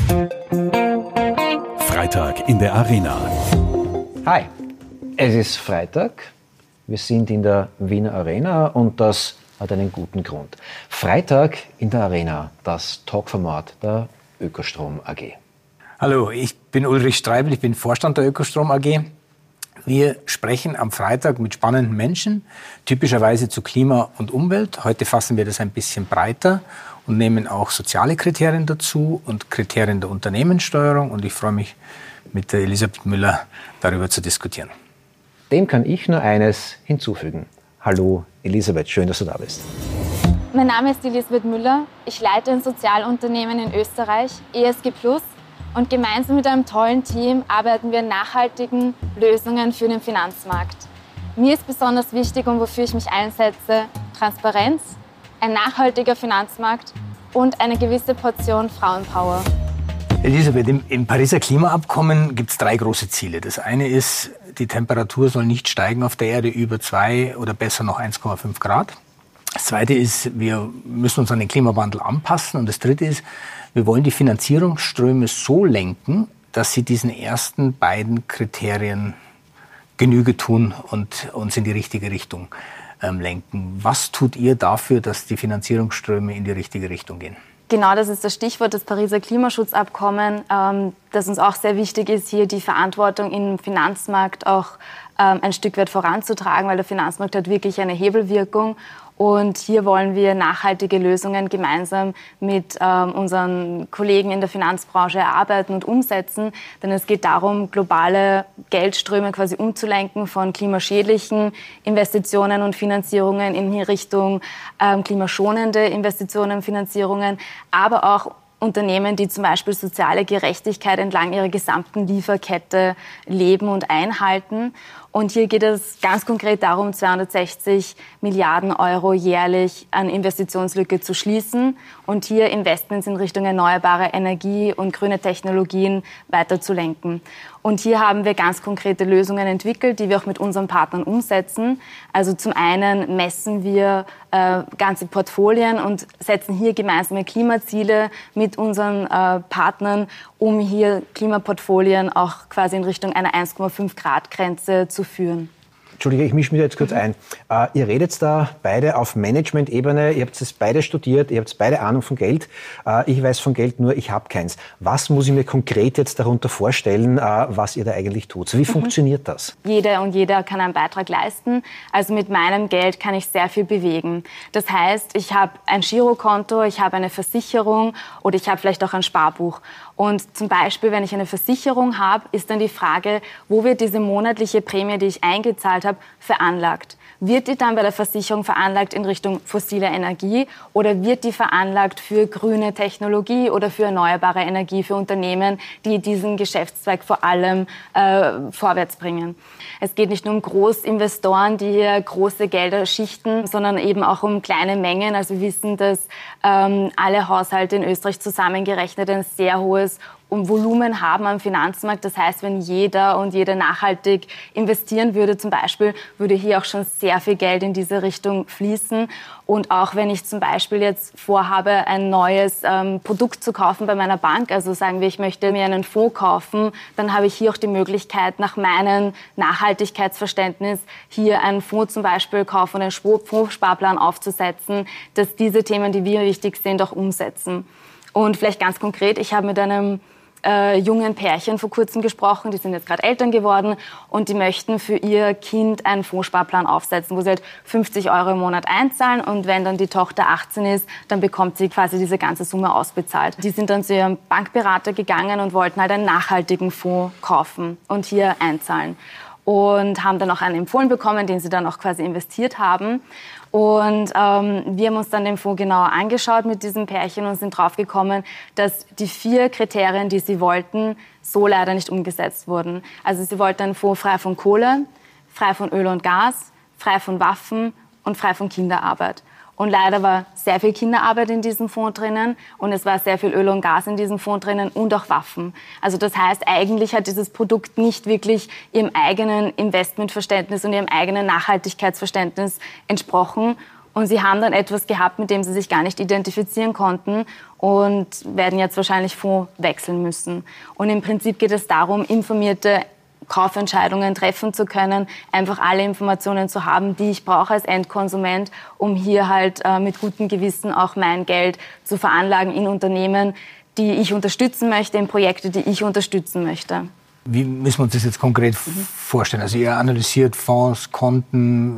Freitag in der Arena. Hi, es ist Freitag. Wir sind in der Wiener Arena und das hat einen guten Grund. Freitag in der Arena, das Talkformat der Ökostrom AG. Hallo, ich bin Ulrich Streibel, ich bin Vorstand der Ökostrom AG. Wir sprechen am Freitag mit spannenden Menschen, typischerweise zu Klima und Umwelt. Heute fassen wir das ein bisschen breiter und nehmen auch soziale Kriterien dazu und Kriterien der Unternehmenssteuerung. Und ich freue mich, mit der Elisabeth Müller darüber zu diskutieren. Dem kann ich nur eines hinzufügen. Hallo Elisabeth, schön, dass du da bist. Mein Name ist Elisabeth Müller. Ich leite ein Sozialunternehmen in Österreich, ESG+. Und gemeinsam mit einem tollen Team arbeiten wir an nachhaltigen Lösungen für den Finanzmarkt. Mir ist besonders wichtig und wofür ich mich einsetze, Transparenz, ein nachhaltiger Finanzmarkt und eine gewisse Portion Frauenpower. Elisabeth, im Pariser Klimaabkommen gibt es 3 große Ziele. Das eine ist, die Temperatur soll nicht steigen auf der Erde über 2 oder besser noch 1,5 Grad. Das zweite ist, wir müssen uns an den Klimawandel anpassen. Und das dritte ist, wir wollen die Finanzierungsströme so lenken, dass sie diesen ersten beiden Kriterien Genüge tun und uns in die richtige Richtung lenken. Was tut ihr dafür, dass die Finanzierungsströme in die richtige Richtung gehen? Genau, das ist das Stichwort des Pariser Klimaschutzabkommen, das uns auch sehr wichtig ist, hier die Verantwortung im Finanzmarkt auch ein Stück weit voranzutragen, weil der Finanzmarkt hat wirklich eine Hebelwirkung. Und hier wollen wir nachhaltige Lösungen gemeinsam mit unseren Kollegen in der Finanzbranche erarbeiten und umsetzen. Denn es geht darum, globale Geldströme quasi umzulenken von klimaschädlichen Investitionen und Finanzierungen in Richtung klimaschonende Investitionen und Finanzierungen, aber auch Unternehmen, die zum Beispiel soziale Gerechtigkeit entlang ihrer gesamten Lieferkette leben und einhalten. Und hier geht es ganz konkret darum, 260 Milliarden Euro jährlich an Investitionslücke zu schließen und hier Investments in Richtung erneuerbare Energie und grüne Technologien weiter zu lenken. Und hier haben wir ganz konkrete Lösungen entwickelt, die wir auch mit unseren Partnern umsetzen. Also zum einen messen wir ganze Portfolien und setzen hier gemeinsame Klimaziele mit unseren Partnern, um hier Klimaportfolien auch quasi in Richtung einer 1,5 Grad Grenze zu führen. Entschuldige, ich mische mich jetzt kurz ein. Ihr redet da beide auf Management-Ebene, ihr habt es beide studiert, ihr habt beide Ahnung von Geld. Ich weiß von Geld nur, ich habe keins. Was muss ich mir konkret jetzt darunter vorstellen, was ihr da eigentlich tut? Wie funktioniert das? Jede und jeder kann einen Beitrag leisten. Also mit meinem Geld kann ich sehr viel bewegen. Das heißt, ich habe ein Girokonto, ich habe eine Versicherung oder ich habe vielleicht auch ein Sparbuch. Und zum Beispiel, wenn ich eine Versicherung habe, ist dann die Frage, wo wird diese monatliche Prämie, die ich eingezahlt habe, veranlagt? Wird die dann bei der Versicherung veranlagt in Richtung fossile Energie oder wird die veranlagt für grüne Technologie oder für erneuerbare Energie für Unternehmen, die diesen Geschäftszweig vor allem vorwärts bringen? Es geht nicht nur um Großinvestoren, die hier große Gelder schichten, sondern eben auch um kleine Mengen. Also wir wissen, dass alle Haushalte in Österreich zusammengerechnet ein sehr hohes Volumen haben am Finanzmarkt. Das heißt, wenn jeder und jede nachhaltig investieren würde, zum Beispiel, würde hier auch schon sehr viel Geld in diese Richtung fließen. Und auch wenn ich zum Beispiel jetzt vorhabe, ein neues Produkt zu kaufen bei meiner Bank, also sagen wir, ich möchte mir einen Fonds kaufen, dann habe ich hier auch die Möglichkeit, nach meinem Nachhaltigkeitsverständnis hier einen Fonds zum Beispiel kaufen und einen Fondssparplan aufzusetzen, dass diese Themen, die mir wichtig sind, auch umsetzen. Und vielleicht ganz konkret, ich habe mit einem jungen Pärchen vor kurzem gesprochen, die sind jetzt gerade Eltern geworden und die möchten für ihr Kind einen Fondssparplan aufsetzen, wo sie halt 50 Euro im Monat einzahlen und wenn dann die Tochter 18 ist, dann bekommt sie quasi diese ganze Summe ausbezahlt. Die sind dann zu ihrem Bankberater gegangen und wollten halt einen nachhaltigen Fonds kaufen und hier einzahlen. Und haben dann auch einen empfohlen bekommen, den sie dann auch quasi investiert haben. Und wir haben uns dann den Fonds genauer angeschaut mit diesem Pärchen und sind draufgekommen, dass die 4 Kriterien, die sie wollten, so leider nicht umgesetzt wurden. Also sie wollten einen Fonds frei von Kohle, frei von Öl und Gas, frei von Waffen und frei von Kinderarbeit. Und leider war sehr viel Kinderarbeit in diesem Fonds drinnen und es war sehr viel Öl und Gas in diesem Fonds drinnen und auch Waffen. Also das heißt, eigentlich hat dieses Produkt nicht wirklich ihrem eigenen Investmentverständnis und ihrem eigenen Nachhaltigkeitsverständnis entsprochen. Und sie haben dann etwas gehabt, mit dem sie sich gar nicht identifizieren konnten und werden jetzt wahrscheinlich Fonds wechseln müssen. Und im Prinzip geht es darum, informierte Kaufentscheidungen treffen zu können, einfach alle Informationen zu haben, die ich brauche als Endkonsument, um hier halt mit gutem Gewissen auch mein Geld zu veranlagen in Unternehmen, die ich unterstützen möchte, in Projekte, die ich unterstützen möchte. Wie müssen wir uns das jetzt konkret vorstellen? Also ihr analysiert Fonds, Konten,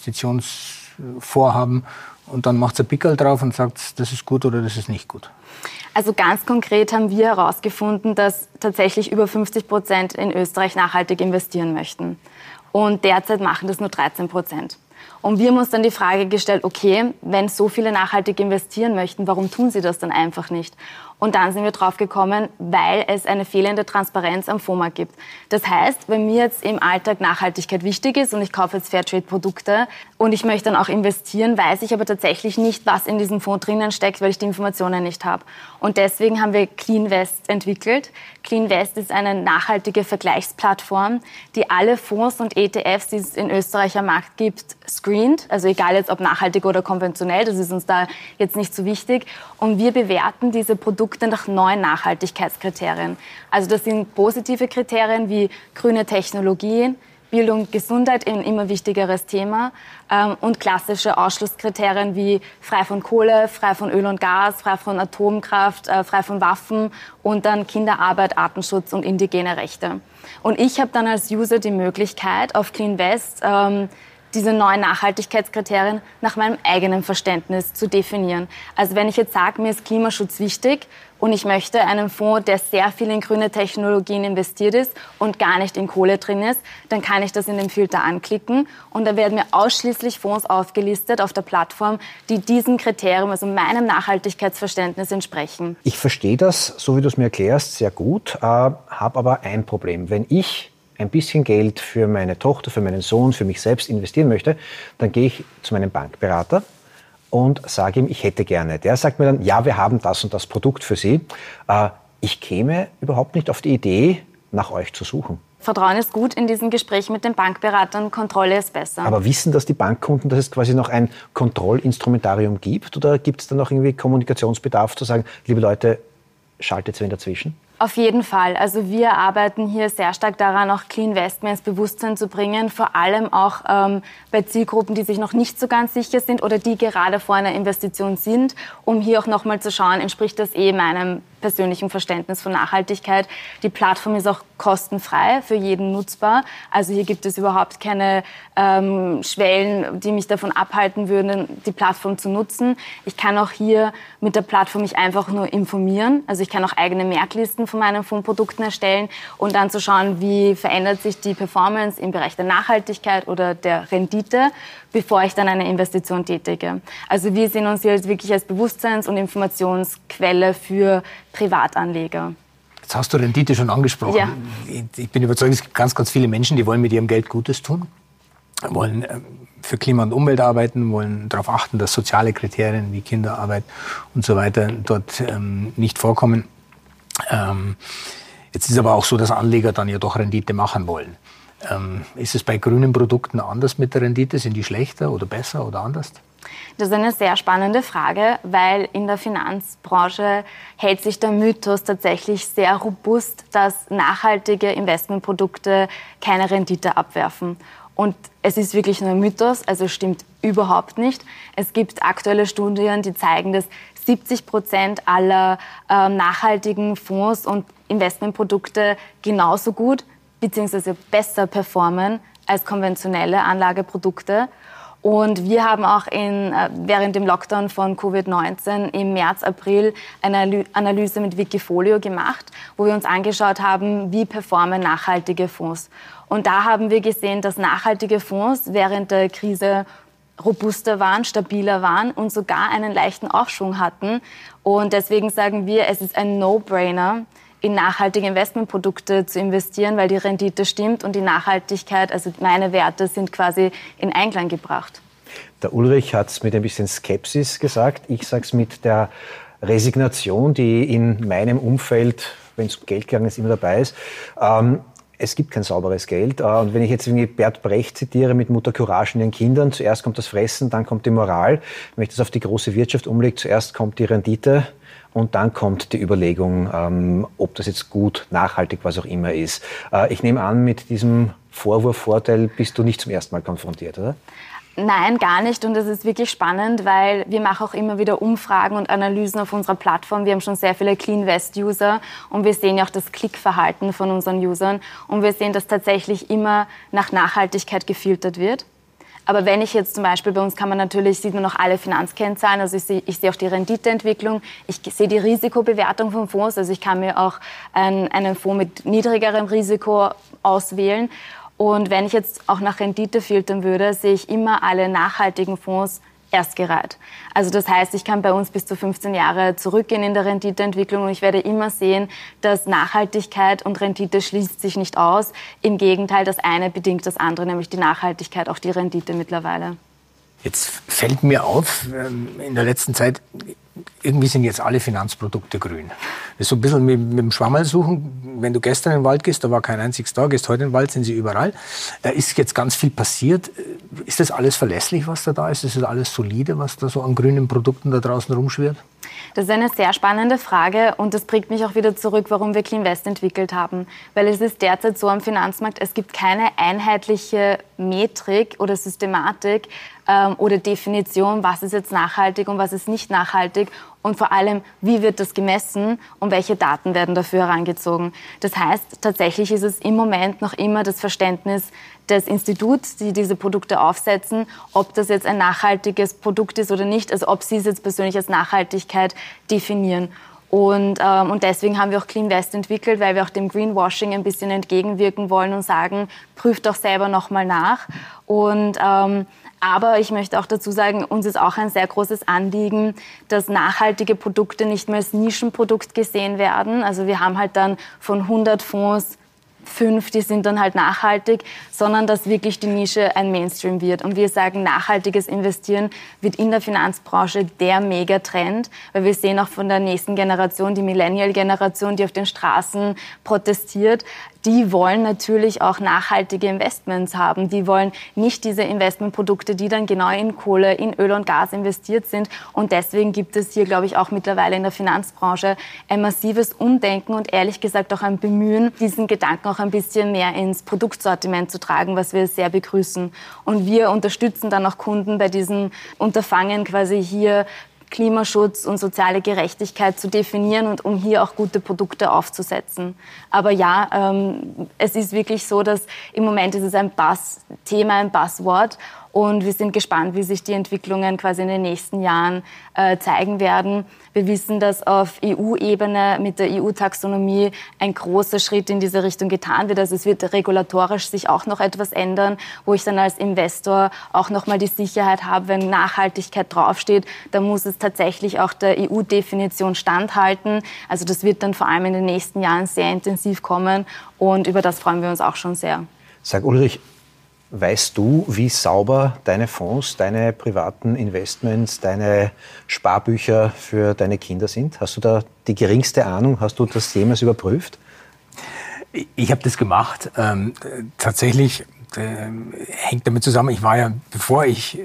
Investitionsvorhaben und dann macht ihr ein Pickerl drauf und sagt, das ist gut oder das ist nicht gut. Also ganz konkret haben wir herausgefunden, dass tatsächlich über 50% in Österreich nachhaltig investieren möchten. Und derzeit machen das nur 13%. Und wir haben uns dann die Frage gestellt, okay, wenn so viele nachhaltig investieren möchten, warum tun sie das dann einfach nicht? Und dann sind wir drauf gekommen, weil es eine fehlende Transparenz am Fondsmarkt gibt. Das heißt, wenn mir jetzt im Alltag Nachhaltigkeit wichtig ist und ich kaufe jetzt Fairtrade-Produkte und ich möchte dann auch investieren, weiß ich aber tatsächlich nicht, was in diesem Fonds drinnen steckt, weil ich die Informationen nicht habe. Und deswegen haben wir CleanVest entwickelt. CleanVest ist eine nachhaltige Vergleichsplattform, die alle Fonds und ETFs, die es in Österreich am Markt gibt, screent. Also egal jetzt ob nachhaltig oder konventionell, das ist uns da jetzt nicht so wichtig. Und wir bewerten diese Produkte nach 9 Nachhaltigkeitskriterien. Also das sind positive Kriterien wie grüne Technologien, Bildung und Gesundheit, ein immer wichtigeres Thema, und klassische Ausschlusskriterien wie frei von Kohle, frei von Öl und Gas, frei von Atomkraft, frei von Waffen und dann Kinderarbeit, Artenschutz und indigene Rechte. Und ich habe dann als User die Möglichkeit, auf CleanVest diese 9 Nachhaltigkeitskriterien nach meinem eigenen Verständnis zu definieren. Also wenn ich jetzt sage, mir ist Klimaschutz wichtig und ich möchte einen Fonds, der sehr viel in grüne Technologien investiert ist und gar nicht in Kohle drin ist, dann kann ich das in dem Filter anklicken und da werden mir ausschließlich Fonds aufgelistet auf der Plattform, die diesem Kriterium, also meinem Nachhaltigkeitsverständnis entsprechen. Ich verstehe das, so wie du es mir erklärst, sehr gut, habe aber ein Problem. Wenn ich ein bisschen Geld für meine Tochter, für meinen Sohn, für mich selbst investieren möchte, dann gehe ich zu meinem Bankberater und sage ihm, ich hätte gerne. Der sagt mir dann, ja, wir haben das und das Produkt für Sie. Ich käme überhaupt nicht auf die Idee, nach euch zu suchen. Vertrauen ist gut in diesem Gespräch mit den Bankberatern, Kontrolle ist besser. Aber wissen das die Bankkunden, dass es quasi noch ein Kontrollinstrumentarium gibt? Oder gibt es da noch irgendwie Kommunikationsbedarf zu sagen, liebe Leute, schaltet wen dazwischen? Auf jeden Fall. Also wir arbeiten hier sehr stark daran, auch CleanVest mehr ins Bewusstsein zu bringen, vor allem auch bei Zielgruppen, die sich noch nicht so ganz sicher sind oder die gerade vor einer Investition sind, um hier auch nochmal zu schauen, entspricht das meinem persönlichen Verständnis von Nachhaltigkeit. Die Plattform ist auch kostenfrei für jeden nutzbar. Also hier gibt es überhaupt keine Schwellen, die mich davon abhalten würden, die Plattform zu nutzen. Ich kann auch hier mit der Plattform mich einfach nur informieren. Also ich kann auch eigene Merklisten von meinen Fondsprodukten erstellen und dann zu schauen, wie verändert sich die Performance im Bereich der Nachhaltigkeit oder der Rendite, bevor ich dann eine Investition tätige. Also wir sehen uns hier wirklich als Bewusstseins- und Informationsquelle für Privatanleger. Jetzt hast du Rendite schon angesprochen. Ja. Ich bin überzeugt, es gibt ganz, ganz viele Menschen, die wollen mit ihrem Geld Gutes tun, wollen für Klima und Umwelt arbeiten, wollen darauf achten, dass soziale Kriterien wie Kinderarbeit und so weiter dort nicht vorkommen. Jetzt ist aber auch so, dass Anleger dann ja doch Rendite machen wollen. Ist es bei grünen Produkten anders mit der Rendite? Sind die schlechter oder besser oder anders? Das ist eine sehr spannende Frage, weil in der Finanzbranche hält sich der Mythos tatsächlich sehr robust, dass nachhaltige Investmentprodukte keine Rendite abwerfen. Und es ist wirklich nur ein Mythos, also stimmt überhaupt nicht. Es gibt aktuelle Studien, die zeigen, dass 70% aller nachhaltigen Fonds und Investmentprodukte genauso gut bzw. besser performen als konventionelle Anlageprodukte. Und wir haben auch während dem Lockdown von Covid-19 im März, April eine Analyse mit Wikifolio gemacht, wo wir uns angeschaut haben, wie performen nachhaltige Fonds. Und da haben wir gesehen, dass nachhaltige Fonds während der Krise robuster waren, stabiler waren und sogar einen leichten Aufschwung hatten. Und deswegen sagen wir, es ist ein No-Brainer, in nachhaltige Investmentprodukte zu investieren, weil die Rendite stimmt und die Nachhaltigkeit, also meine Werte, sind quasi in Einklang gebracht. Der Ulrich hat es mit ein bisschen Skepsis gesagt. Ich sage es mit der Resignation, die in meinem Umfeld, wenn es um Geld gegangen ist, immer dabei ist. es gibt kein sauberes Geld. Und wenn ich jetzt irgendwie Bert Brecht zitiere mit Mutter Courage in den Kindern, zuerst kommt das Fressen, dann kommt die Moral. Wenn ich das auf die große Wirtschaft umlege, zuerst kommt die Rendite und dann kommt die Überlegung, ob das jetzt gut, nachhaltig, was auch immer ist. Ich nehme an, mit diesem Vorwurf-Vorteil bist du nicht zum ersten Mal konfrontiert, oder? Nein, gar nicht. Und das ist wirklich spannend, weil wir machen auch immer wieder Umfragen und Analysen auf unserer Plattform. Wir haben schon sehr viele Cleanvest-User und wir sehen ja auch das Klickverhalten von unseren Usern. Und wir sehen, dass tatsächlich immer nach Nachhaltigkeit gefiltert wird. Aber wenn ich jetzt zum Beispiel, bei uns kann man natürlich, sieht man auch alle Finanzkennzahlen, also ich sehe auch die Renditeentwicklung, ich sehe die Risikobewertung von Fonds, also ich kann mir auch einen Fonds mit niedrigerem Risiko auswählen. Und wenn ich jetzt auch nach Rendite filtern würde, sehe ich immer alle nachhaltigen Fonds erstgereiht. Also das heißt, ich kann bei uns bis zu 15 Jahre zurückgehen in der Renditeentwicklung und ich werde immer sehen, dass Nachhaltigkeit und Rendite schließt sich nicht aus. Im Gegenteil, das eine bedingt das andere, nämlich die Nachhaltigkeit, auch die Rendite mittlerweile. Jetzt fällt mir auf, in der letzten Zeit, irgendwie sind jetzt alle Finanzprodukte grün. Das ist so ein bisschen mit dem Schwammerl suchen. Wenn du gestern in den Wald gehst, da war kein einziges da, gehst heute in den Wald, sind sie überall. Da ist jetzt ganz viel passiert. Ist das alles verlässlich, was da ist? Ist das alles solide, was da so an grünen Produkten da draußen rumschwirrt? Das ist eine sehr spannende Frage und das bringt mich auch wieder zurück, warum wir Cleanvest entwickelt haben. Weil es ist derzeit so am Finanzmarkt, es gibt keine einheitliche Metrik oder Systematik oder Definition, was ist jetzt nachhaltig und was ist nicht nachhaltig. Und vor allem, wie wird das gemessen und welche Daten werden dafür herangezogen. Das heißt, tatsächlich ist es im Moment noch immer das Verständnis des Instituts, die diese Produkte aufsetzen, ob das jetzt ein nachhaltiges Produkt ist oder nicht, also ob sie es jetzt persönlich als Nachhaltigkeit definieren. Und deswegen haben wir auch Cleanvest entwickelt, weil wir auch dem Greenwashing ein bisschen entgegenwirken wollen und sagen, prüft doch selber nochmal nach. Aber ich möchte auch dazu sagen, uns ist auch ein sehr großes Anliegen, dass nachhaltige Produkte nicht mehr als Nischenprodukt gesehen werden. Also wir haben halt dann von 100 Fonds 5, die sind dann halt nachhaltig, sondern dass wirklich die Nische ein Mainstream wird. Und wir sagen, nachhaltiges Investieren wird in der Finanzbranche der Megatrend, weil wir sehen auch von der nächsten Generation, die Millennial-Generation, die auf den Straßen protestiert, die wollen natürlich auch nachhaltige Investments haben. Die wollen nicht diese Investmentprodukte, die dann genau in Kohle, in Öl und Gas investiert sind. Und deswegen gibt es hier, glaube ich, auch mittlerweile in der Finanzbranche ein massives Umdenken und ehrlich gesagt auch ein Bemühen, diesen Gedanken auch ein bisschen mehr ins Produktsortiment zu tragen, was wir sehr begrüßen. Und wir unterstützen dann auch Kunden bei diesem Unterfangen quasi hier Klimaschutz und soziale Gerechtigkeit zu definieren und um hier auch gute Produkte aufzusetzen. Aber ja, es ist wirklich so, dass im Moment ist es ein Thema, ein Buzzword. Und wir sind gespannt, wie sich die Entwicklungen quasi in den nächsten Jahren zeigen werden. Wir wissen, dass auf EU-Ebene mit der EU-Taxonomie ein großer Schritt in diese Richtung getan wird. Also es wird regulatorisch sich auch noch etwas ändern, wo ich dann als Investor auch noch mal die Sicherheit habe, wenn Nachhaltigkeit draufsteht, dann muss es tatsächlich auch der EU-Definition standhalten. Also das wird dann vor allem in den nächsten Jahren sehr intensiv kommen und über das freuen wir uns auch schon sehr. Sag Ulrich, weißt du, wie sauber deine Fonds, deine privaten Investments, deine Sparbücher für deine Kinder sind? Hast du da die geringste Ahnung? Hast du das jemals überprüft? Ich habe das gemacht. Tatsächlich hängt damit zusammen, ich war ja, bevor ich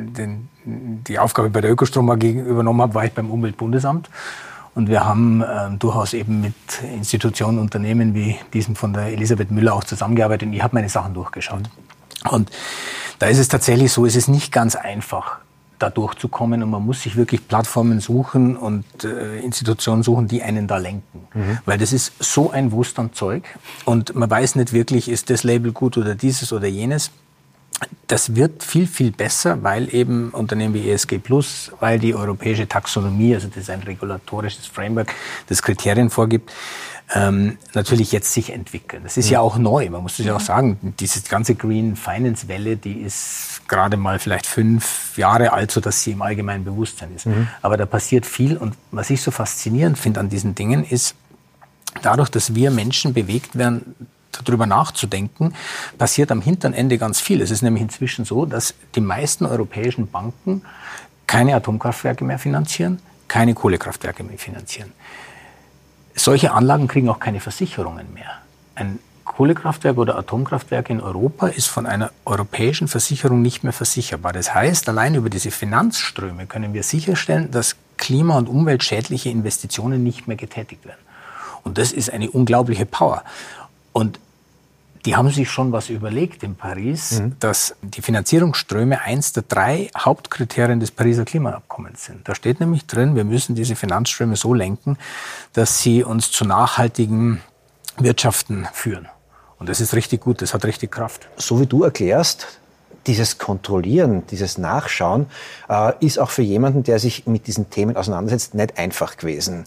die Aufgabe bei der Ökostrom AG übernommen habe, war ich beim Umweltbundesamt. Und wir haben durchaus eben mit Institutionen, Unternehmen wie diesem von der Elisabeth Müller auch zusammengearbeitet und ich habe meine Sachen durchgeschaut. Und da ist es tatsächlich so, es ist nicht ganz einfach, da durchzukommen und man muss sich wirklich Plattformen suchen und Institutionen suchen, die einen da lenken. Weil das ist so ein Wust an Zeug und man weiß nicht wirklich, ist das Label gut oder dieses oder jenes. Das wird viel, viel besser, weil eben Unternehmen wie ESG+, weil die europäische Taxonomie, also das ist ein regulatorisches Framework, das Kriterien vorgibt, natürlich jetzt sich entwickeln. Das ist ja auch neu, man muss es ja auch sagen, diese ganze Green Finance Welle, die ist gerade mal vielleicht 5 Jahre alt, so dass sie im allgemeinen Bewusstsein ist. Aber da passiert viel und was ich so faszinierend finde an diesen Dingen ist, dadurch, dass wir Menschen bewegt werden, darüber nachzudenken, passiert am hinteren Ende ganz viel. Es ist nämlich inzwischen so, dass die meisten europäischen Banken keine Atomkraftwerke mehr finanzieren, keine Kohlekraftwerke mehr finanzieren. Solche Anlagen kriegen auch keine Versicherungen mehr. Ein Kohlekraftwerk oder Atomkraftwerk in Europa ist von einer europäischen Versicherung nicht mehr versicherbar. Das heißt, allein über diese Finanzströme können wir sicherstellen, dass klima- und umweltschädliche Investitionen nicht mehr getätigt werden. Und das ist eine unglaubliche Power. Und die haben sich schon was überlegt in Paris, dass die Finanzierungsströme eins der 3 Hauptkriterien des Pariser Klimaabkommens sind. Da steht nämlich drin, wir müssen diese Finanzströme so lenken, dass sie uns zu nachhaltigen Wirtschaften führen. Und das ist richtig gut, das hat richtig Kraft. So wie du erklärst, dieses Kontrollieren, dieses Nachschauen ist auch für jemanden, der sich mit diesen Themen auseinandersetzt, nicht einfach gewesen.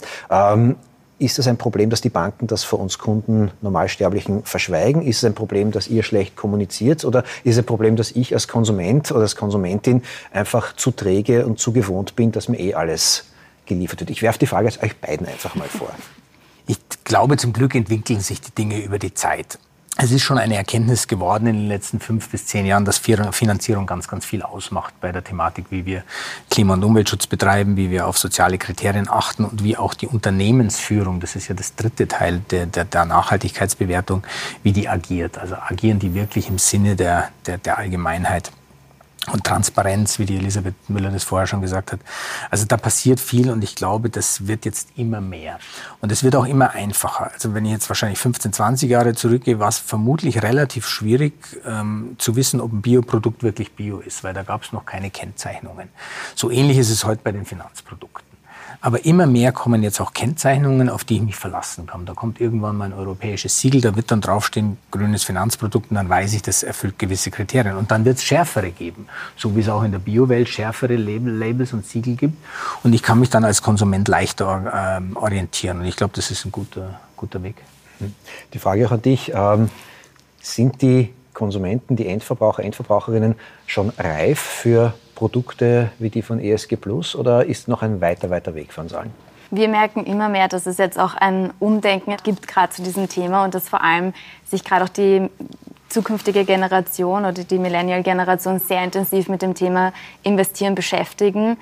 Ist das ein Problem, dass die Banken das vor uns Kunden, Normalsterblichen, verschweigen? Ist es ein Problem, dass ihr schlecht kommuniziert? Oder ist es ein Problem, dass ich als Konsument oder als Konsumentin einfach zu träge und zu gewohnt bin, dass mir alles geliefert wird? Ich werfe die Frage jetzt euch beiden einfach mal vor. Ich glaube, zum Glück entwickeln sich die Dinge über die Zeit. Es ist schon eine Erkenntnis geworden in den letzten 5 bis 10 Jahren, dass Finanzierung ganz, ganz viel ausmacht bei der Thematik, wie wir Klima- und Umweltschutz betreiben, wie wir auf soziale Kriterien achten und wie auch die Unternehmensführung, das ist ja das dritte Teil der Nachhaltigkeitsbewertung, wie die agiert. Also agieren die wirklich im Sinne der Allgemeinheit. Und Transparenz, wie die Elisabeth Müller das vorher schon gesagt hat. Also da passiert viel und ich glaube, das wird jetzt immer mehr. Und es wird auch immer einfacher. Also wenn ich jetzt wahrscheinlich 15, 20 Jahre zurückgehe, war es vermutlich relativ schwierig zu wissen, ob ein Bioprodukt wirklich Bio ist, weil da gab es noch keine Kennzeichnungen. So ähnlich ist es heute bei den Finanzprodukten. Aber immer mehr kommen jetzt auch Kennzeichnungen, auf die ich mich verlassen kann. Da kommt irgendwann mal ein europäisches Siegel, da wird dann draufstehen, grünes Finanzprodukt, und dann weiß ich, das erfüllt gewisse Kriterien. Und dann wird es schärfere geben, so wie es auch in der Biowelt schärfere Labels und Siegel gibt. Und ich kann mich dann als Konsument leichter orientieren. Und ich glaube, das ist ein guter Weg. Die Frage auch an dich, sind die Konsumenten, die Endverbraucher, Endverbraucherinnen schon reif für Produkte wie die von ESG Plus oder ist noch ein weiter Weg für uns allen? Wir merken immer mehr, dass es jetzt auch ein Umdenken gibt gerade zu diesem Thema und dass vor allem sich gerade auch die zukünftige Generation oder die Millennial-Generation sehr intensiv mit dem Thema Investieren beschäftigen.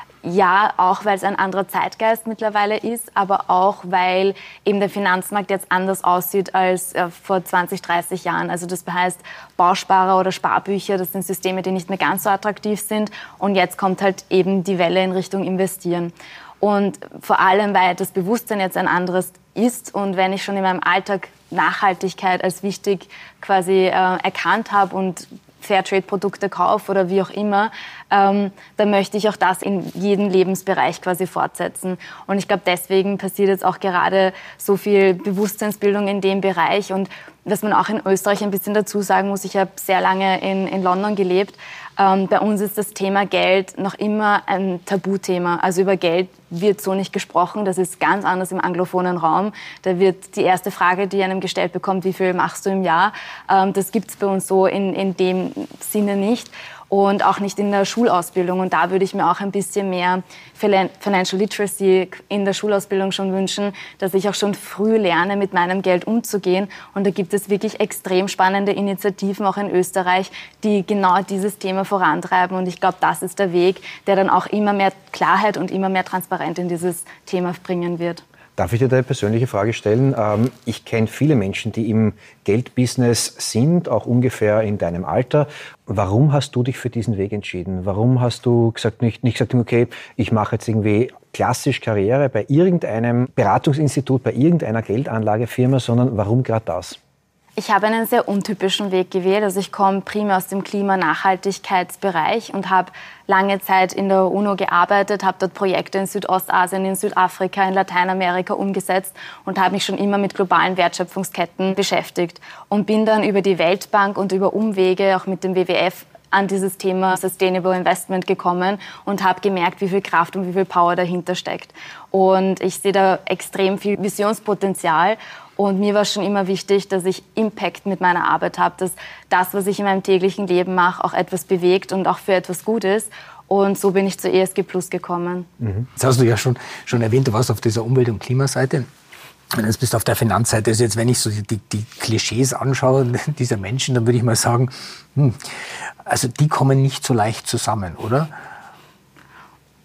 Ja, auch weil es ein anderer Zeitgeist mittlerweile ist, aber auch weil eben der Finanzmarkt jetzt anders aussieht als vor 20, 30 Jahren. Also das heißt, Bausparer oder Sparbücher, das sind Systeme, die nicht mehr ganz so attraktiv sind. Und jetzt kommt halt eben die Welle in Richtung Investieren. Und vor allem, weil das Bewusstsein jetzt ein anderes ist und wenn ich schon in meinem Alltag Nachhaltigkeit als wichtig quasi erkannt habe und Fairtrade-Produkte kaufe oder wie auch immer, dann möchte ich auch das in jedem Lebensbereich quasi fortsetzen. Und ich glaube, deswegen passiert jetzt auch gerade so viel Bewusstseinsbildung in dem Bereich. Und was man auch in Österreich ein bisschen dazu sagen muss, ich habe sehr lange in London gelebt. Bei uns ist das Thema Geld noch immer ein Tabuthema. Also über Geld wird so nicht gesprochen. Das ist ganz anders im anglophonen Raum. Da wird die erste Frage, die einem gestellt bekommt, wie viel machst du im Jahr? Das gibt es bei uns so in dem Sinne nicht. Und auch nicht in der Schulausbildung. Und da würde ich mir auch ein bisschen mehr Financial Literacy in der Schulausbildung schon wünschen, dass ich auch schon früh lerne, mit meinem Geld umzugehen. Und da gibt es wirklich extrem spannende Initiativen, auch in Österreich, die genau dieses Thema vorantreiben. Und ich glaube, das ist der Weg, der dann auch immer mehr Klarheit und immer mehr Transparenz in dieses Thema bringen wird. Darf ich dir da eine persönliche Frage stellen? Ich kenne viele Menschen, die im Geldbusiness sind, auch ungefähr in deinem Alter. Warum hast du dich für diesen Weg entschieden? Warum hast du nicht gesagt, okay, ich mache jetzt irgendwie klassisch Karriere bei irgendeinem Beratungsinstitut, bei irgendeiner Geldanlagefirma, sondern warum gerade das? Ich habe einen sehr untypischen Weg gewählt. Also ich komme primär aus dem Klimanachhaltigkeitsbereich und habe lange Zeit in der UNO gearbeitet, habe dort Projekte in Südostasien, in Südafrika, in Lateinamerika umgesetzt und habe mich schon immer mit globalen Wertschöpfungsketten beschäftigt und bin dann über die Weltbank und über Umwege auch mit dem WWF an dieses Thema Sustainable Investment gekommen und habe gemerkt, wie viel Kraft und wie viel Power dahinter steckt. Und ich sehe da extrem viel Visionspotenzial. Und mir war schon immer wichtig, dass ich Impact mit meiner Arbeit habe, dass das, was ich in meinem täglichen Leben mache, auch etwas bewegt und auch für etwas gut ist. Und so bin ich zur ESG Plus gekommen. Das hast du ja schon erwähnt, du warst auf dieser Umwelt- und Klimaseite. Und jetzt bist du auf der Finanzseite. Also jetzt, wenn ich so die Klischees anschaue dieser Menschen, dann würde ich mal sagen, also die kommen nicht so leicht zusammen, oder?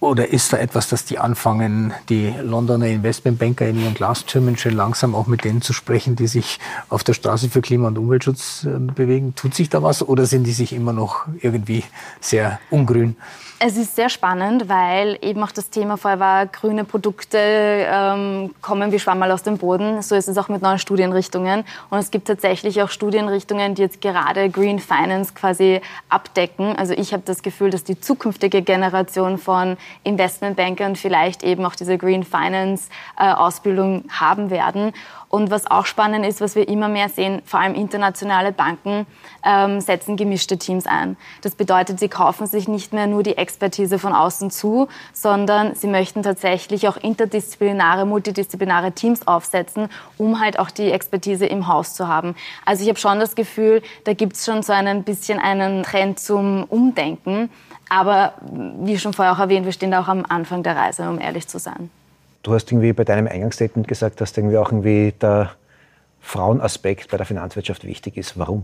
Oder ist da etwas, dass die anfangen, die Londoner Investmentbanker in ihren Glastürmen schön langsam auch mit denen zu sprechen, die sich auf der Straße für Klima- und Umweltschutz bewegen? Tut sich da was oder sind die sich immer noch irgendwie sehr ungrün? Es ist sehr spannend, weil eben auch das Thema vorher war, grüne Produkte kommen wie Schwammerl aus dem Boden. So ist es auch mit neuen Studienrichtungen. Und es gibt tatsächlich auch Studienrichtungen, die jetzt gerade Green Finance quasi abdecken. Also ich habe das Gefühl, dass die zukünftige Generation von Investmentbankern vielleicht eben auch diese Green Finance Ausbildung haben werden. Und was auch spannend ist, was wir immer mehr sehen, vor allem internationale Banken setzen gemischte Teams ein. Das bedeutet, sie kaufen sich nicht mehr nur die Expertise von außen zu, sondern sie möchten tatsächlich auch interdisziplinäre, multidisziplinäre Teams aufsetzen, um halt auch die Expertise im Haus zu haben. Also ich habe schon das Gefühl, da gibt es schon so ein bisschen einen Trend zum Umdenken. Aber wie schon vorher auch erwähnt, wir stehen da auch am Anfang der Reise, um ehrlich zu sein. Du hast irgendwie bei deinem Eingangsstatement gesagt, dass irgendwie auch irgendwie der Frauenaspekt bei der Finanzwirtschaft wichtig ist. Warum?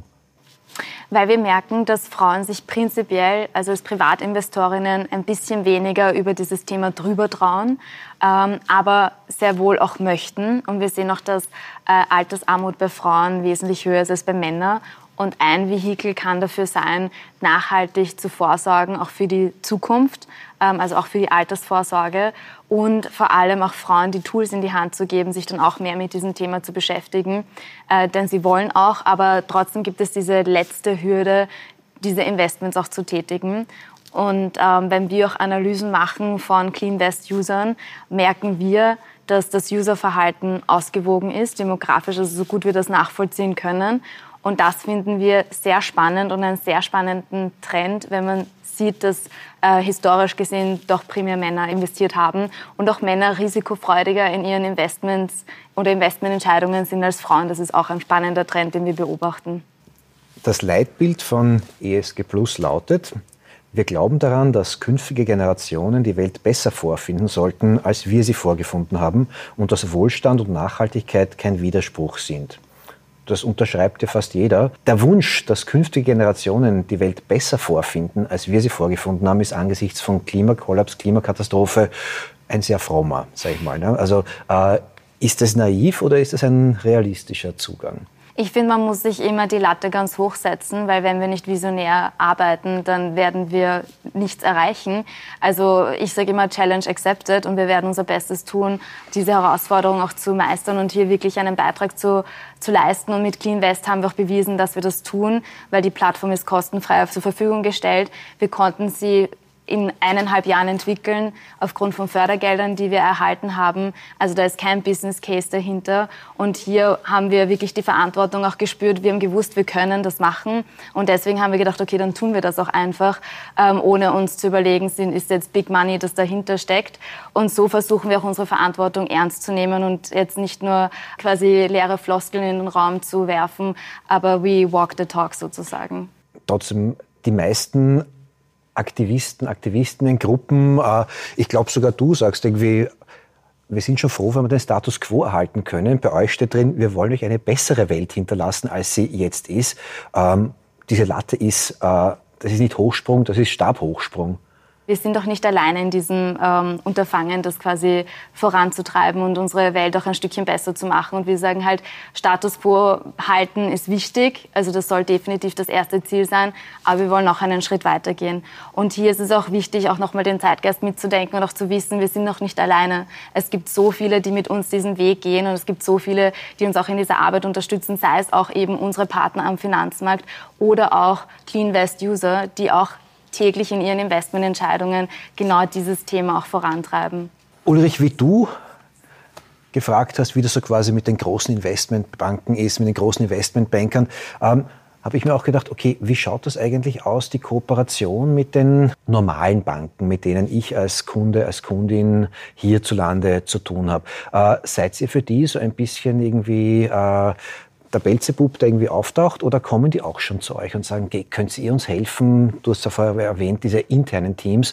Weil wir merken, dass Frauen sich prinzipiell, also als Privatinvestorinnen, ein bisschen weniger über dieses Thema drüber trauen, aber sehr wohl auch möchten. Und wir sehen auch, dass Altersarmut bei Frauen wesentlich höher ist als bei Männern. Und ein Vehikel kann dafür sein, nachhaltig zu vorsorgen, auch für die Zukunft, also auch für die Altersvorsorge und vor allem auch Frauen die Tools in die Hand zu geben, sich dann auch mehr mit diesem Thema zu beschäftigen. Denn sie wollen auch, aber trotzdem gibt es diese letzte Hürde, diese Investments auch zu tätigen. Und wenn wir auch Analysen machen von CleanVest-Usern, merken wir, dass das Userverhalten ausgewogen ist, demografisch, also so gut wir das nachvollziehen können. Und das finden wir sehr spannend und einen sehr spannenden Trend, wenn man sieht, dass historisch gesehen doch primär Männer investiert haben und auch Männer risikofreudiger in ihren Investments oder Investmententscheidungen sind als Frauen. Das ist auch ein spannender Trend, den wir beobachten. Das Leitbild von ESG Plus lautet: Wir glauben daran, dass künftige Generationen die Welt besser vorfinden sollten, als wir sie vorgefunden haben und dass Wohlstand und Nachhaltigkeit kein Widerspruch sind. Das unterschreibt ja fast jeder. Der Wunsch, dass künftige Generationen die Welt besser vorfinden, als wir sie vorgefunden haben, ist angesichts von Klimakollaps, Klimakatastrophe ein sehr frommer, sage ich mal. Also ist das naiv oder ist das ein realistischer Zugang? Ich finde, man muss sich immer die Latte ganz hoch setzen, weil wenn wir nicht visionär arbeiten, dann werden wir nichts erreichen. Also ich sage immer Challenge accepted und wir werden unser Bestes tun, diese Herausforderung auch zu meistern und hier wirklich einen Beitrag zu leisten. Und mit CleanVest haben wir auch bewiesen, dass wir das tun, weil die Plattform ist kostenfrei zur Verfügung gestellt. Wir konnten sie in 1,5 Jahren entwickeln, aufgrund von Fördergeldern, die wir erhalten haben. Also da ist kein Business Case dahinter. Und hier haben wir wirklich die Verantwortung auch gespürt. Wir haben gewusst, wir können das machen. Und deswegen haben wir gedacht, okay, dann tun wir das auch einfach, ohne uns zu überlegen, ist jetzt Big Money, das dahinter steckt. Und so versuchen wir auch unsere Verantwortung ernst zu nehmen und jetzt nicht nur quasi leere Floskeln in den Raum zu werfen, aber we walk the talk sozusagen. Trotzdem, die meisten Aktivisten, Aktivistinnengruppen, ich glaube sogar du sagst irgendwie, wir sind schon froh, wenn wir den Status quo erhalten können. Bei euch steht drin, wir wollen euch eine bessere Welt hinterlassen, als sie jetzt ist. Diese Latte ist, das ist nicht Hochsprung, das ist Stabhochsprung. Wir sind doch nicht alleine in diesem Unterfangen, das quasi voranzutreiben und unsere Welt auch ein Stückchen besser zu machen. Und wir sagen halt, Status quo halten ist wichtig. Also das soll definitiv das erste Ziel sein. Aber wir wollen auch einen Schritt weitergehen. Und hier ist es auch wichtig, auch nochmal den Zeitgeist mitzudenken und auch zu wissen, wir sind noch nicht alleine. Es gibt so viele, die mit uns diesen Weg gehen. Und es gibt so viele, die uns auch in dieser Arbeit unterstützen. Sei es auch eben unsere Partner am Finanzmarkt oder auch CleanVest-User, die auch täglich in ihren Investmententscheidungen genau dieses Thema auch vorantreiben. Ulrich, wie du gefragt hast, wie das so quasi mit den großen Investmentbanken ist, mit den großen Investmentbankern, habe ich mir auch gedacht, okay, wie schaut das eigentlich aus, die Kooperation mit den normalen Banken, mit denen ich als Kunde, als Kundin hierzulande zu tun habe? Seid ihr für die so ein bisschen irgendwie der Belzebub, der irgendwie auftaucht, oder kommen die auch schon zu euch und sagen, okay, könnt ihr uns helfen? Du hast ja vorher erwähnt, diese internen Teams.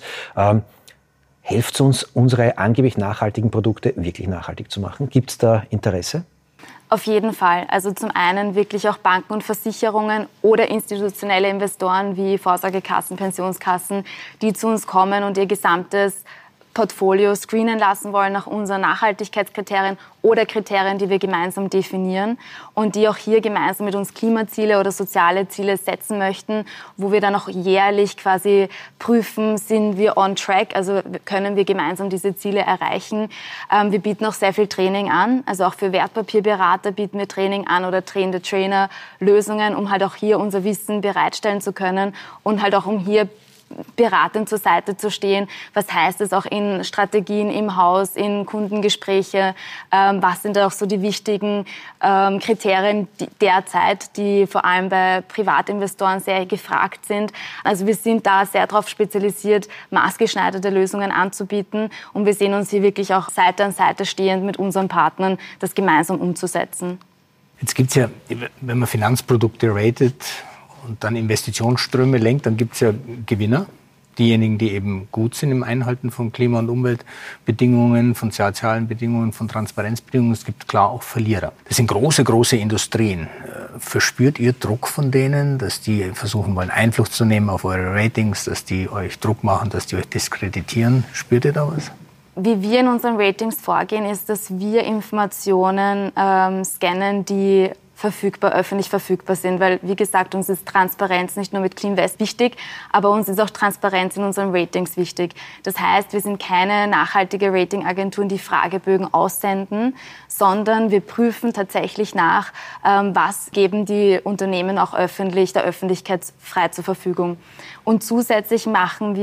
Helft uns, unsere angeblich nachhaltigen Produkte wirklich nachhaltig zu machen? Gibt es da Interesse? Auf jeden Fall. Also zum einen wirklich auch Banken und Versicherungen oder institutionelle Investoren wie Vorsorgekassen, Pensionskassen, die zu uns kommen und ihr gesamtes Portfolio screenen lassen wollen nach unseren Nachhaltigkeitskriterien oder Kriterien, die wir gemeinsam definieren und die auch hier gemeinsam mit uns Klimaziele oder soziale Ziele setzen möchten, wo wir dann auch jährlich quasi prüfen, sind wir on track, also können wir gemeinsam diese Ziele erreichen. Wir bieten auch sehr viel Training an, also auch für Wertpapierberater bieten wir Training an oder trainende Trainer Lösungen, um halt auch hier unser Wissen bereitstellen zu können und halt auch um hier beratend zur Seite zu stehen. Was heißt es auch in Strategien im Haus, in Kundengespräche? Was sind auch so die wichtigen Kriterien derzeit, die vor allem bei Privatinvestoren sehr gefragt sind? Also wir sind da sehr darauf spezialisiert, maßgeschneiderte Lösungen anzubieten. Und wir sehen uns hier wirklich auch Seite an Seite stehend mit unseren Partnern, das gemeinsam umzusetzen. Jetzt gibt es ja, wenn man Finanzprodukte ratet und dann Investitionsströme lenkt, dann gibt es ja Gewinner. Diejenigen, die eben gut sind im Einhalten von Klima- und Umweltbedingungen, von sozialen Bedingungen, von Transparenzbedingungen. Es gibt klar auch Verlierer. Das sind große Industrien. Verspürt ihr Druck von denen, dass die versuchen wollen, Einfluss zu nehmen auf eure Ratings, dass die euch Druck machen, dass die euch diskreditieren? Spürt ihr da was? Wie wir in unseren Ratings vorgehen, ist, dass wir Informationen scannen, die öffentlich verfügbar sind, weil, wie gesagt, uns ist Transparenz nicht nur mit CleanVest wichtig, aber uns ist auch Transparenz in unseren Ratings wichtig. Das heißt, wir sind keine nachhaltige Ratingagenturen, die Fragebögen aussenden, sondern wir prüfen tatsächlich nach, was geben die Unternehmen auch öffentlich, der Öffentlichkeit frei zur Verfügung. Und zusätzlich schauen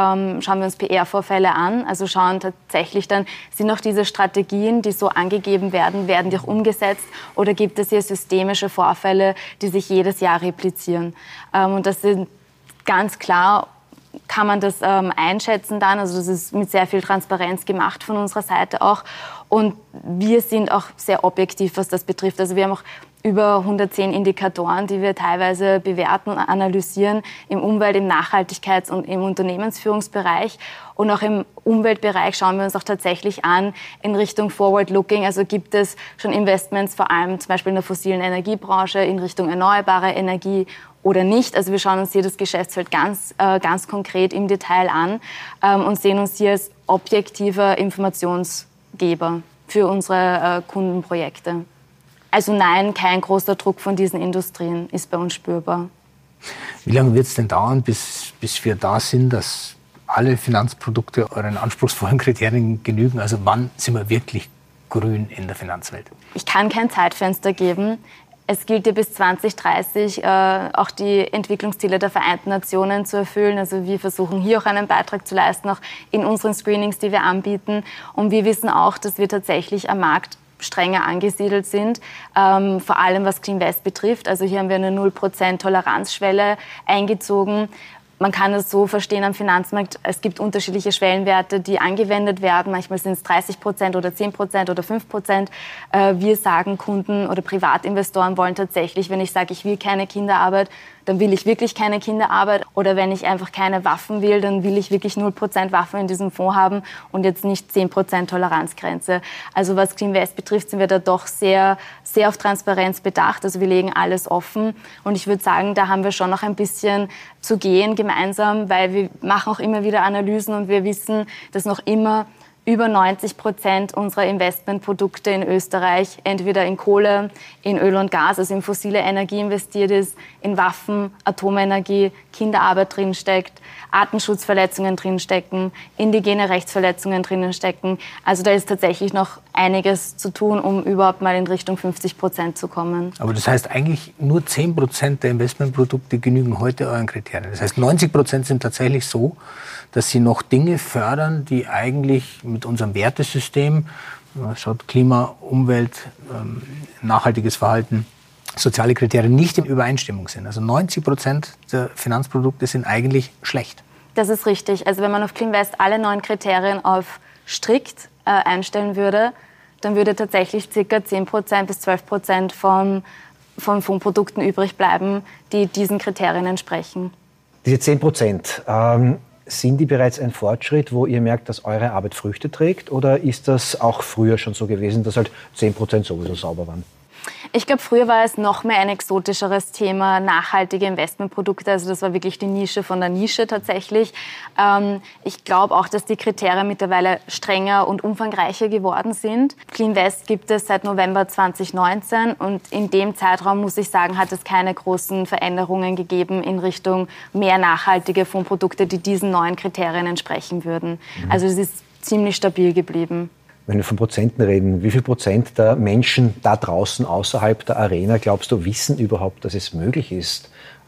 wir uns PR-Vorfälle an, also schauen tatsächlich dann, sind auch diese Strategien, die so angegeben werden die auch umgesetzt oder gibt es hier systemische Vorfälle, die sich jedes Jahr replizieren. Und das sind ganz klar, kann man das einschätzen dann, also das ist mit sehr viel Transparenz gemacht von unserer Seite auch. Und wir sind auch sehr objektiv, was das betrifft. Also wir haben auch über 110 Indikatoren, die wir teilweise bewerten und analysieren im Umwelt-, im Nachhaltigkeits- und im Unternehmensführungsbereich. Und auch im Umweltbereich schauen wir uns auch tatsächlich an in Richtung Forward-Looking. Also gibt es schon Investments, vor allem zum Beispiel in der fossilen Energiebranche, in Richtung erneuerbare Energie oder nicht. Also wir schauen uns hier das Geschäftsfeld ganz konkret im Detail an und sehen uns hier als objektiver Informationsgeber für unsere Kundenprojekte. Also nein, kein großer Druck von diesen Industrien ist bei uns spürbar. Wie lange wird es denn dauern, bis wir da sind, dass alle Finanzprodukte euren anspruchsvollen Kriterien genügen? Also wann sind wir wirklich grün in der Finanzwelt? Ich kann kein Zeitfenster geben. Es gilt ja bis 2030 auch die Entwicklungsziele der Vereinten Nationen zu erfüllen. Also wir versuchen hier auch einen Beitrag zu leisten, auch in unseren Screenings, die wir anbieten. Und wir wissen auch, dass wir tatsächlich am Markt strenger angesiedelt sind, vor allem was CleanVest betrifft. Also hier haben wir eine 0% Toleranzschwelle eingezogen. Man kann es so verstehen am Finanzmarkt, es gibt unterschiedliche Schwellenwerte, die angewendet werden. Manchmal sind es 30% oder 10% oder 5%. Wir sagen, Kunden oder Privatinvestoren wollen tatsächlich, wenn ich sage, ich will keine Kinderarbeit, dann will ich wirklich keine Kinderarbeit. Oder wenn ich einfach keine Waffen will, dann will ich wirklich 0% Waffen in diesem Fonds haben und jetzt nicht 10% Toleranzgrenze. Also was CleanVest betrifft, sind wir da doch sehr, sehr auf Transparenz bedacht. Also wir legen alles offen. Und ich würde sagen, da haben wir schon noch ein bisschen zu gehen gemeinsam, weil wir machen auch immer wieder Analysen und wir wissen, dass noch immer über 90% unserer Investmentprodukte in Österreich entweder in Kohle, in Öl und Gas, also in fossile Energie investiert ist, in Waffen, Atomenergie, Kinderarbeit drinsteckt, Artenschutzverletzungen drinstecken, indigene Rechtsverletzungen drinstecken. Also da ist tatsächlich noch einiges zu tun, um überhaupt mal in Richtung 50% zu kommen. Aber das heißt eigentlich nur 10% der Investmentprodukte genügen heute euren Kriterien. Das heißt 90% sind tatsächlich so, dass sie noch Dinge fördern, die eigentlich mit unserem Wertesystem, schaut Klima, Umwelt, nachhaltiges Verhalten, soziale Kriterien nicht in Übereinstimmung sind. Also 90% der Finanzprodukte sind eigentlich schlecht. Das ist richtig. Also wenn man auf CleanVest alle 9 Kriterien auf strikt einstellen würde, dann würde tatsächlich ca. 10% bis 12% von Produkten übrig bleiben, die diesen Kriterien entsprechen. Diese 10%, sind die bereits ein Fortschritt, wo ihr merkt, dass eure Arbeit Früchte trägt? Oder ist das auch früher schon so gewesen, dass halt 10% sowieso sauber waren? Ich glaube, früher war es noch mehr ein exotischeres Thema, nachhaltige Investmentprodukte. Also das war wirklich die Nische von der Nische tatsächlich. Ich glaube auch, dass die Kriterien mittlerweile strenger und umfangreicher geworden sind. Cleanvest gibt es seit November 2019 und in dem Zeitraum, muss ich sagen, hat es keine großen Veränderungen gegeben in Richtung mehr nachhaltige Fondsprodukte, die diesen neuen Kriterien entsprechen würden. Also es ist ziemlich stabil geblieben. Wenn wir von Prozenten reden, wie viel Prozent der Menschen da draußen außerhalb der Arena, glaubst du, wissen überhaupt, dass es möglich ist,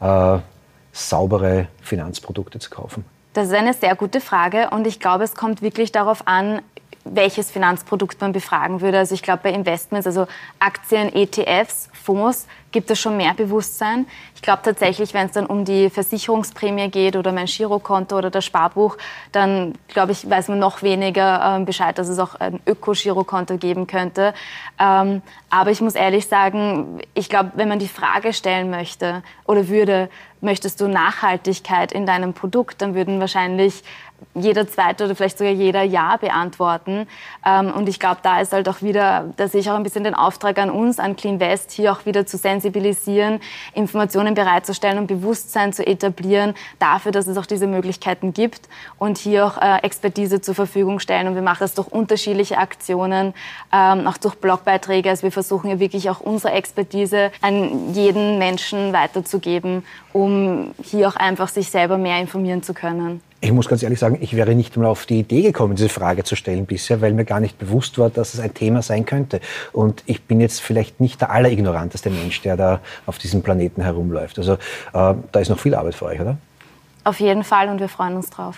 saubere Finanzprodukte zu kaufen? Das ist eine sehr gute Frage und ich glaube, es kommt wirklich darauf an, welches Finanzprodukt man befragen würde. Also ich glaube, bei Investments, also Aktien, ETFs, Fonds, gibt es schon mehr Bewusstsein. Ich glaube tatsächlich, wenn es dann um die Versicherungsprämie geht oder mein Girokonto oder das Sparbuch, dann, glaube ich, weiß man noch weniger Bescheid, dass es auch ein Öko-Girokonto geben könnte. Aber ich muss ehrlich sagen, ich glaube, wenn man die Frage stellen möchte oder würde, möchtest du Nachhaltigkeit in deinem Produkt, dann würden wahrscheinlich jeder Zweite oder vielleicht sogar jeder Ja beantworten. Und ich glaube, da ist halt auch wieder, da sehe ich auch ein bisschen den Auftrag an uns, an Cleanvest, hier auch wieder zu sensibilisieren, Informationen bereitzustellen und Bewusstsein zu etablieren dafür, dass es auch diese Möglichkeiten gibt und hier auch Expertise zur Verfügung stellen. Und wir machen das durch unterschiedliche Aktionen, auch durch Blogbeiträge. Also wir versuchen ja wirklich auch unsere Expertise an jeden Menschen weiterzugeben, um hier auch einfach sich selber mehr informieren zu können. Ich muss ganz ehrlich sagen, ich wäre nicht mal auf die Idee gekommen, diese Frage zu stellen bisher, weil mir gar nicht bewusst war, dass es ein Thema sein könnte. Und ich bin jetzt vielleicht nicht der allerignoranteste Mensch, der da auf diesem Planeten herumläuft. Also da ist noch viel Arbeit für euch, oder? Auf jeden Fall und wir freuen uns drauf.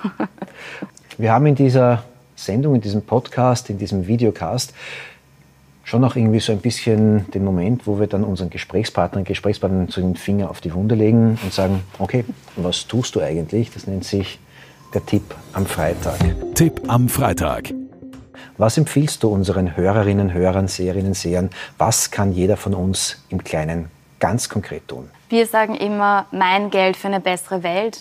Wir haben in dieser Sendung, in diesem Podcast, in diesem Videocast schon auch irgendwie so ein bisschen den Moment, wo wir dann unseren Gesprächspartnern so den Finger auf die Wunde legen und sagen, okay, was tust du eigentlich? Das nennt sich der Tipp am Freitag. Tipp am Freitag. Was empfiehlst du unseren Hörerinnen, Hörern, Seherinnen, Sehern? Was kann jeder von uns im Kleinen ganz konkret tun? Wir sagen immer, mein Geld für eine bessere Welt.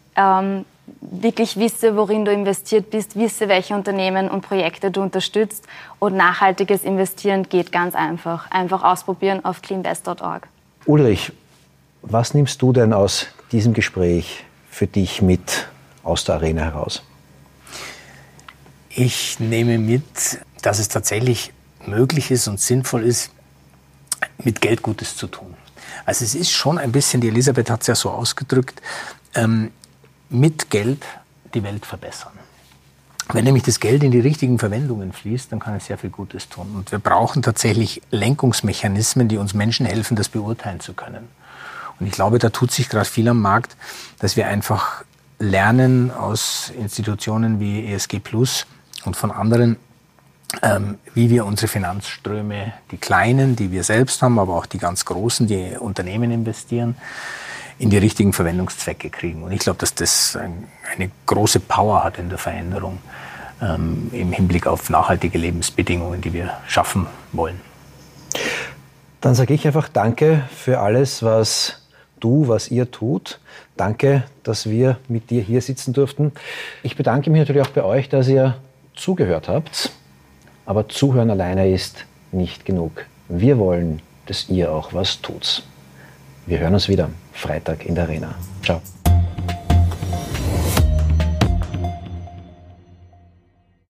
Wirklich wisse, worin du investiert bist, wisse, welche Unternehmen und Projekte du unterstützt. Und nachhaltiges Investieren geht ganz einfach. Einfach ausprobieren auf cleanvest.org. Ulrich, was nimmst du denn aus diesem Gespräch für dich mit aus der Arena heraus? Ich nehme mit, dass es tatsächlich möglich ist und sinnvoll ist, mit Geld Gutes zu tun. Also es ist schon ein bisschen, die Elisabeth hat es ja so ausgedrückt, mit Geld die Welt verbessern. Wenn nämlich das Geld in die richtigen Verwendungen fließt, dann kann es sehr viel Gutes tun. Und wir brauchen tatsächlich Lenkungsmechanismen, die uns Menschen helfen, das beurteilen zu können. Und ich glaube, da tut sich gerade viel am Markt, dass wir einfach lernen aus Institutionen wie ESG Plus und von anderen, wie wir unsere Finanzströme, die kleinen, die wir selbst haben, aber auch die ganz großen, die Unternehmen investieren, in die richtigen Verwendungszwecke kriegen. Und ich glaube, dass das eine große Power hat in der Veränderung im Hinblick auf nachhaltige Lebensbedingungen, die wir schaffen wollen. Dann sage ich einfach Danke für alles, was ihr tut. Danke, dass wir mit dir hier sitzen durften. Ich bedanke mich natürlich auch bei euch, dass ihr zugehört habt. Aber Zuhören alleine ist nicht genug. Wir wollen, dass ihr auch was tut. Wir hören uns wieder Freitag in der Arena. Ciao.